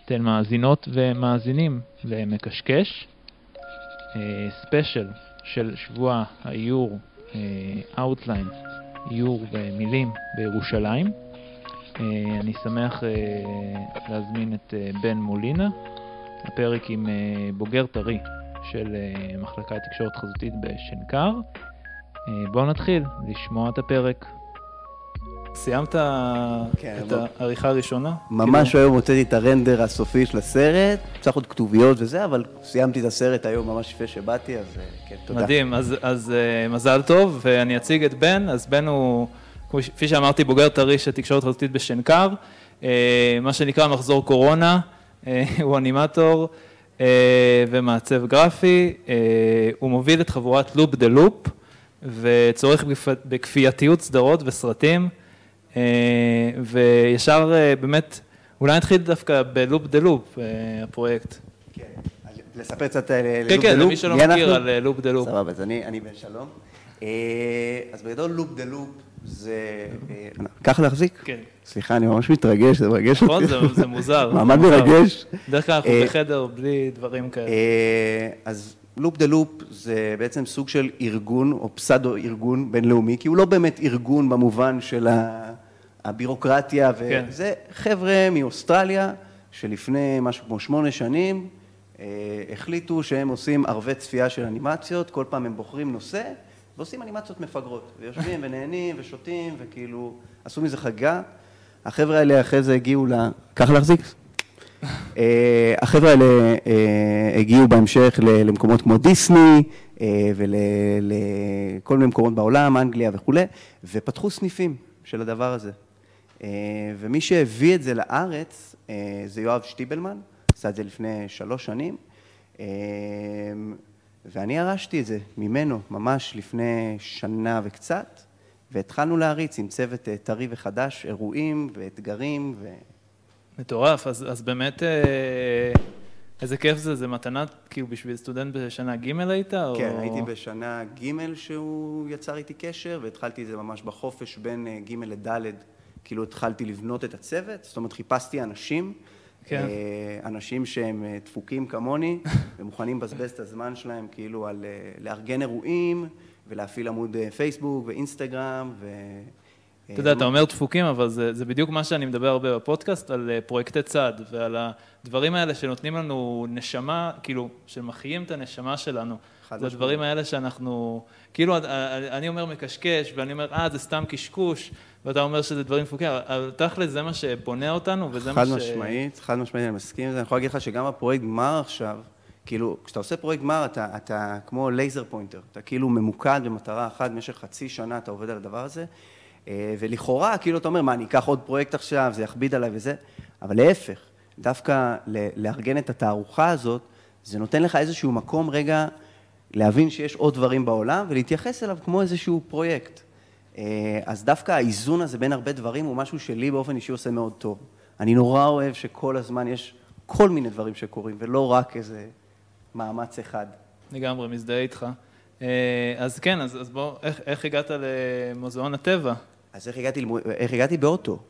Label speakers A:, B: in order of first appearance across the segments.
A: אתן מאזינות ומאזינים למקשקש, ספיישל של שבוע האיור, Outline, איור במילים בירושלים. אני שמח להזמין את בן מולינה, הפרק עם בוגר טרי של מחלקה לתקשורת חזותית בשנקר. בואו נתחיל לשמוע את הפרק. סיימת את העריכה הראשונה?
B: ממש היום הוצאתי את הרנדר הסופי של הסרט, צריך עוד כתוביות וזה, אבל סיימתי את הסרט היום ממש יפה שבאתי, אז כן, תודה.
A: מדהים, אז מזל טוב, ואני אציג את בן. אז בן הוא, כפי שאמרתי, בוגר טרי של תקשורת חזותית בשנקר, מה שנקרא מחזור קורונה, הוא אנימטור ומעצב גרפי, הוא מוביל את חבורת לופ דה לופ, וצורך בכפייתיות סדרות וסרטים, וישר באמת, אולי נתחיל דווקא בלופ דה לופ, הפרויקט.
B: כן, לספר קצת ללופ דה לופ.
A: כן, למי שלא מכיר על לופ דה לופ.
B: סבבה, אז אני בן שלום. אז בגדול לופ דה לופ זה... ככה להחזיק?
A: כן.
B: סליחה, אני ממש מתרגש, זה מרגש אותי.
A: נכון, זה מוזר.
B: מעמד מרגש.
A: דרך כלל אנחנו בחדר בלי דברים כאלה.
B: אז לופ דה לופ זה בעצם סוג של ארגון או פסדו ארגון בינלאומי, כי הוא לא באמת ארגון במובן של הבירוקרטיה, וזה חבר'ה מאוסטרליה שלפני משהו כמו 8 שנים החליטו שהם עושים ערבי צפייה של אנימציות, כל פעם הם בוחרים נושא ועושים אנימציות מפגרות, ויושבים ונהנים ושותים וכאילו עשו מזה חגיגה. החבר'ה האלה אחרי זה הגיעו ככה להחזיק? החבר'ה האלה הגיעו בהמשך למקומות כמו דיסני ולכל מיני מקומות בעולם, אנגליה וכו', ופתחו סניפים של הדבר הזה. ומי שהביא את זה לארץ זה יואב שטיבלמן, עשה את זה לפני 3 שנים, ואני ירשתי את זה ממנו ממש לפני שנה וקצת, והתחלנו להריץ עם צוות טרי וחדש, אירועים ואתגרים
A: מטורף, אז באמת איזה כיף זה מתנה כאילו בשביל סטודנט בשנה ג' היית?
B: כן, הייתי בשנה ג' שהוא יצר איתי קשר, והתחלתי את זה ממש בחופש בין ג' לד', כאילו התחלתי לבנות את הצוות, זאת אומרת חיפשתי אנשים, אנשים שהם דפוקים כמוני, ומוכנים לבזבז את הזמן שלהם כאילו על לארגן אירועים, ולהפעיל עמוד פייסבוק ואינסטגרם
A: אתה יודע, אתה אומר דפוקים, אבל זה בדיוק מה שאני מדבר הרבה בפודקאסט, על פרויקטי צד, ועל הדברים האלה שנותנים לנו נשמה, כאילו, שמחיים את הנשמה שלנו. זה הדברים האלה שאנחנו, כאילו, אני אומר מקשקש, ואני אומר, זה סתם קשקוש, ואתה אומר שזה דברים דפוקים, אבל תכל'ס זה מה שבונה אותנו, וזה מה
B: חד משמעית, אני מסכים עם זה. אני יכול להגיד לך שגם הפרויקט גמר עכשיו, כאילו, כשאתה עושה פרויקט גמר, אתה כמו לייזר פוינטר, אתה כאילו ממוקד במטרה אחת, במשך חצי שנה אתה עובד על הדבר הזה, ולכאורה, כאילו אתה אומר, מה, אני אקח עוד פרויקט עכשיו, זה יכביד עליי וזה, אבל להפך, דווקא לארגן את התערוכה הזאת, זה נותן לך איזשהו מקום רגע להבין שיש עוד דברים בעולם, ולהתייחס אליו כמו איזשהו פרויקט. אז דווקא האיזון הזה בין הרבה דברים הוא משהו שלי באופן אישי עושה מאוד טוב. אני נורא אוהב שכל הזמן יש כל מיני דברים שקורים, ולא רק איזה מאמץ אחד.
A: לגמרי, מזדהה איתך. אז כן, אז בוא, איך הגעת למוזיאון הטבע?
B: אז איך הגעתי באוטו.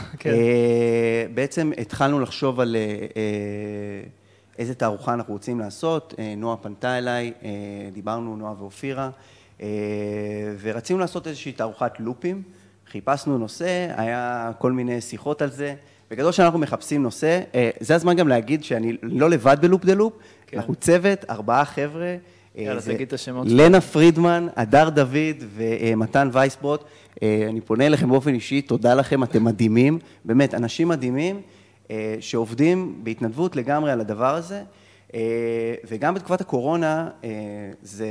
B: בעצם התחלנו לחשוב על איזה תערוכה אנחנו רוצים לעשות. נועה פנתה אליי, דיברנו, נועה ואופירה, ורצינו לעשות איזושהי תערוכת לופים. חיפשנו נושא, היה כל מיני שיחות על זה. בגדול שאנחנו מחפשים נושא, זה הזמן גם להגיד שאני לא לבד בלופ דה לופ, אנחנו צוות, 4 חבר'ה,
A: יאללה, תגיד את השמות.
B: לנה פרידמן, הדר דוד ומתן וייסברוט. אני פונה אליכם באופן אישי, תודה לכם, אתם מדהימים, באמת, אנשים מדהימים שעובדים בהתנדבות לגמרי על הדבר הזה, וגם בתקופת הקורונה זה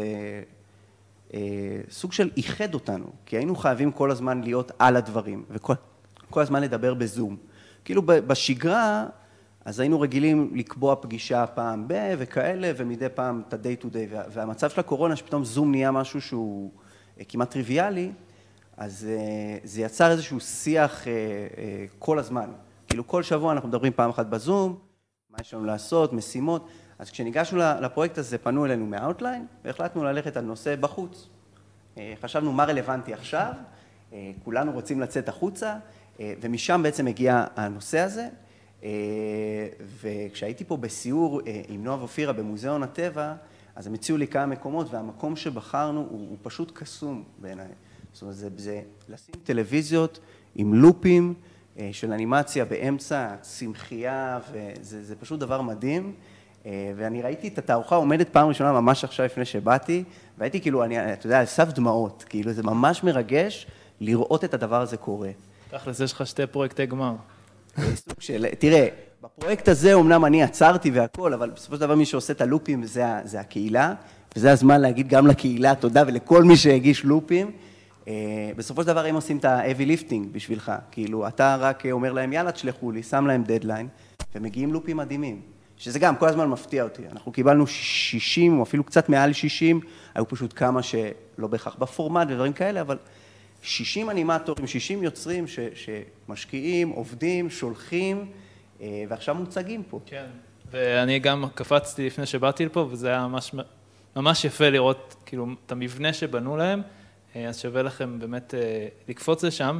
B: סוג של איחד אותנו, כי היינו חייבים כל הזמן להיות על הדברים, וכל הזמן לדבר בזום. כאילו בשגרה, אז היינו רגילים לקבוע פגישה פעם וכאלה, ומדי פעם את ה-day to day, והמצב של הקורונה, שפתאום זום נהיה משהו שהוא כמעט טריוויאלי, אז זה יצר איזשהו שיח כל הזמן. כאילו כל שבוע אנחנו מדברים פעם אחת בזום, מה יש לנו לעשות, משימות. אז כשניגשנו לפרויקט הזה, פנו אלינו מהאוטליין, והחלטנו ללכת על נושא בחוץ. חשבנו מה רלוונטי עכשיו, כולנו רוצים לצאת החוצה, ומשם בעצם הגיע הנושא הזה. וכשהייתי פה בסיור עם נועה ואופירה במוזיאון הטבע, אז הם הציעו לי כמה מקומות, והמקום שבחרנו הוא פשוט קסום בעיניי. זאת אומרת, זה לשים טלוויזיות עם לופים של אנימציה באמצע, צמחייה, וזה פשוט דבר מדהים. ואני ראיתי את התערוכה עומדת פעם ראשונה ממש עכשיו לפני שבאתי, והייתי כאילו, אתה יודע, על סף דמעות, כאילו זה ממש מרגש לראות את הדבר הזה קורה.
A: תכל'ס, יש לך שתי פרויקטי גמר.
B: תראה, בפרויקט הזה אומנם אני עצרתי והכל, אבל בסופו של דבר מי שעושה את הלופים זה הקהילה, וזה הזמן להגיד גם לקהילה תודה ולכל מי שהגיש לופים. בסופו של דבר הם עושים את ה-heavy lifting בשבילך, כאילו אתה רק אומר להם יאללה תשלחו לי, שם להם דדליין, ומגיעים לופים מדהימים, שזה גם כל הזמן מפתיע אותי. אנחנו קיבלנו 60 או אפילו קצת מעל 60, היו פשוט כמה שלא בהכרח בפורמט ודברים כאלה, אבל 60 אנימטורים, 60 יוצרים שמשקיעים, עובדים, שולחים, ועכשיו מוצגים פה.
A: כן, ואני גם קפצתי לפני שבאתי לפה, וזה היה ממש יפה לראות כאילו את המבנה שבנו להם, אז שווה לכם באמת לקפוץ לשם.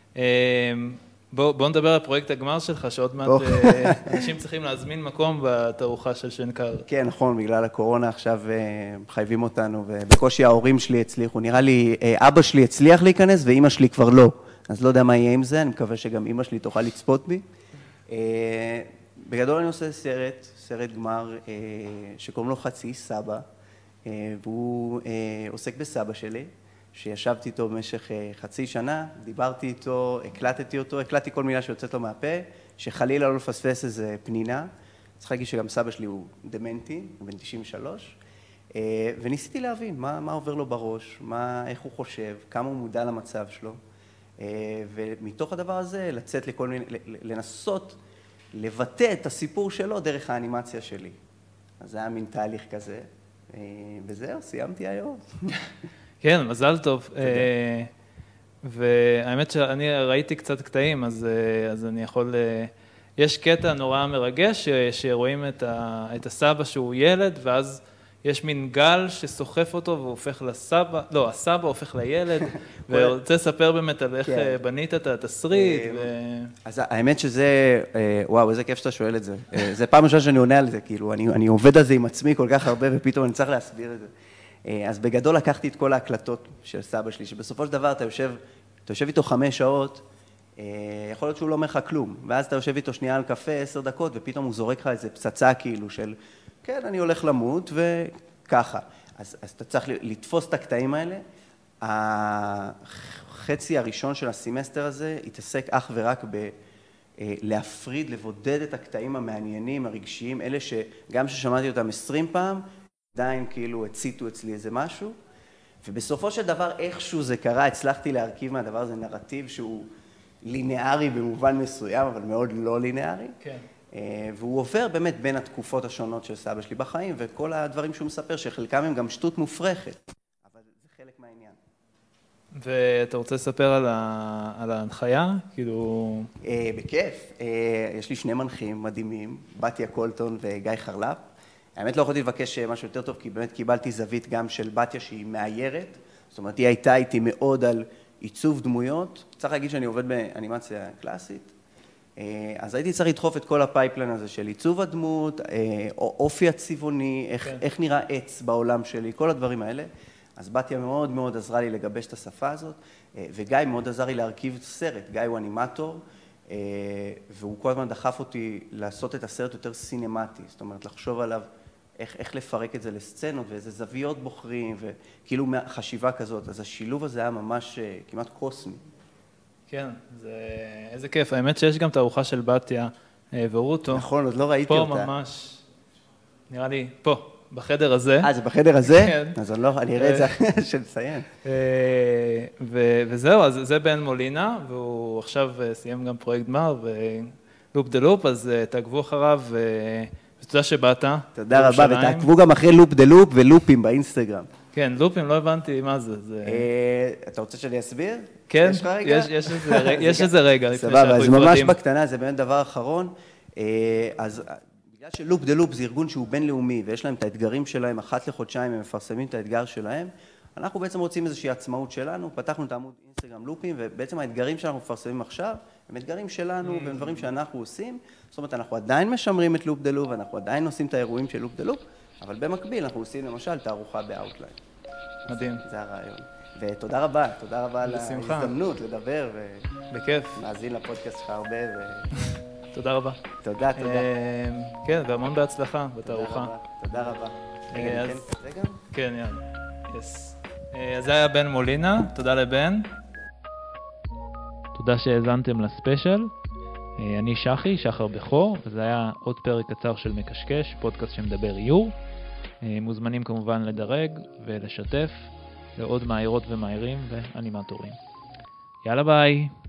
A: בואו נדבר על פרויקט הגמר שלך, שעוד מעט אנשים צריכים להזמין מקום בתערוכה של שנקר.
B: כן, נכון, בגלל הקורונה עכשיו חייבים אותנו, ובקושי ההורים שלי הצליחו. נראה לי, אבא שלי הצליח להיכנס, ואמא שלי כבר לא. אז לא יודע מה יהיה עם זה, אני מקווה שגם אמא שלי תוכל לצפות בי. בגדול אני עושה סרט גמר, שקוראים לו חצי סבא, והוא עוסק בסבא שלי, שישבתי איתו במשך חצי שנה, דיברתי איתו, הקלטתי כל מילה שיוצאת לו מהפה, שחלילה לא לפספס איזה פנינה. צריך להגיד שגם סבא שלי הוא דמנטי, הוא בן 93, וניסיתי להבין מה עובר לו בראש, איך הוא חושב, כמה הוא מודע למצב שלו, ומתוך הדבר הזה לצאת לכל מיני, לנסות לבטא את הסיפור שלו דרך האנימציה שלי. אז זה היה מין תהליך כזה, וזהו, סיימתי היום.
A: כן, מזל טוב. והאמת שאני ראיתי קצת קטעים, אז אני יכול... יש קטע נורא מרגש שרואים את הסבא שהוא ילד, ואז יש מין גל שסוחף אותו והוא הופך לסבא, לא, הסבא הופך לילד, ורוצה לספר באמת על איך בנית את התסריט.
B: אז האמת שזה, וואו, איזה כיף שאתה שואל את זה. זה פעם ראשונה שאני עונה על זה, כאילו, אני עובד על זה עם עצמי כל כך הרבה, ופתאום אני צריך להסביר את זה. אז בגדול לקחתי את כל ההקלטות של סבא שלי, שבסופו של דבר אתה יושב איתו 5 שעות, יכול להיות שהוא לא אומר לך כלום, ואז אתה יושב איתו שנייה על קפה 10 דקות, ופתאום הוא זורק לך איזה פצצה כאילו של, כן, אני הולך למות, וככה. אז אתה צריך לתפוס את הקטעים האלה. החצי הראשון של הסמסטר הזה התעסק אך ורק להפריד, לבודד את הקטעים המעניינים, הרגשיים, אלה שגם ששמעתי אותם 20 פעם, עדיין כאילו הציתו אצלי איזה משהו, ובסופו של דבר איכשהו זה קרה, הצלחתי להרכיב מהדבר הזה נרטיב שהוא לינארי במובן מסוים, אבל מאוד לא לינארי.
A: כן.
B: והוא עובר באמת בין התקופות השונות של סבא שלי בחיים, וכל הדברים שהוא מספר, שחלקם הם גם שטות מופרכת, אבל זה חלק מהעניין.
A: ואתה רוצה לספר על ההנחיה? כאילו...
B: בכיף. יש לי 2 מנחים מדהימים, בתיה קולטון וגיא חרל"פ. האמת לא יכולתי לבקש משהו יותר טוב, כי באמת קיבלתי זווית גם של בתיה שהיא מאיירת. זאת אומרת, היא הייתה איתי מאוד על עיצוב דמויות. צריך להגיד שאני עובד באנימציה קלאסית. אז הייתי צריך לדחוף את כל הפייפלן הזה של עיצוב הדמות, אופי הצבעוני, איך נראה עץ בעולם שלי, כל הדברים האלה. אז בתיה מאוד מאוד עזרה לי לגבש את השפה הזאת, וגיא מאוד עזר לי להרכיב סרט. גיא הוא אנימטור, והוא כל הזמן דחף אותי לעשות את הסרט יותר סינמטי, זאת אומרת, לחשוב עליו איך לפרק את זה לסצנות ואיזה זוויות בוחרים, וכאילו חשיבה כזאת. אז השילוב הזה היה ממש כמעט קוסמי.
A: כן, איזה כיף. האמת שיש גם תערוכה של בתיה ורוטו.
B: נכון, עוד לא ראיתי אותה.
A: פה ממש, נראה לי, פה, בחדר הזה.
B: זה בחדר הזה?
A: כן.
B: אז אני אראה את זה שנסיים.
A: וזהו, אז זה בן מולינה, והוא עכשיו סיים גם פרויקט גמר, ולופ דה לופ, אז תעקבו אחריו, ותודה שבאת.
B: תודה רבה, ותעקבו גם אחרי לופ דה לופ ולופים באינסטגרם.
A: כן, לופים, לא הבנתי מה זה.
B: אתה רוצה שאני אסביר?
A: כן, יש איזה רגע.
B: סבבה, אז ממש בקטנה, זה באמת דבר אחרון. אז בגלל שלופ דה לופ זה ארגון שהוא בינלאומי, ויש להם את האתגרים שלהם, אחת לחודשיים הם מפרסמים את האתגר שלהם, אנחנו בעצם רוצים איזושהי עצמאות שלנו, פתחנו את העמוד אינסטגרם לופים, ובעצם האתגרים שאנחנו מפרסמים עכשיו, הם אתגרים שלנו והם דברים שאנחנו עושים. זאת אומרת, אנחנו עדיין משמרים את לופ דה לופ, ואנחנו עדיין עושים את האירועים של לופ דה לופ, אבל במקביל אנחנו עושים למשל תערוכה באוטליין.
A: מדהים.
B: זה הרעיון. ותודה רבה על ההזדמנות לדבר,
A: בכיף.
B: ומאזין לפודקאסט שלך הרבה.
A: תודה רבה.
B: תודה.
A: כן, והמון בהצלחה בתערוכה.
B: תודה רבה. רגע, ניתן כזה גם?
A: כן, יאללה. יס. אז זה היה בן מולינה, תודה לבן. תודה שהאזנתם לספיישל. אני שחר בכור, וזה היה עוד פרק קצר של מקשקש, פודקאסט שמדבר איור. מוזמנים כמובן לדרג ולשתף לעוד מאיירות ומאיירים ואנימטורים. יאללה ביי.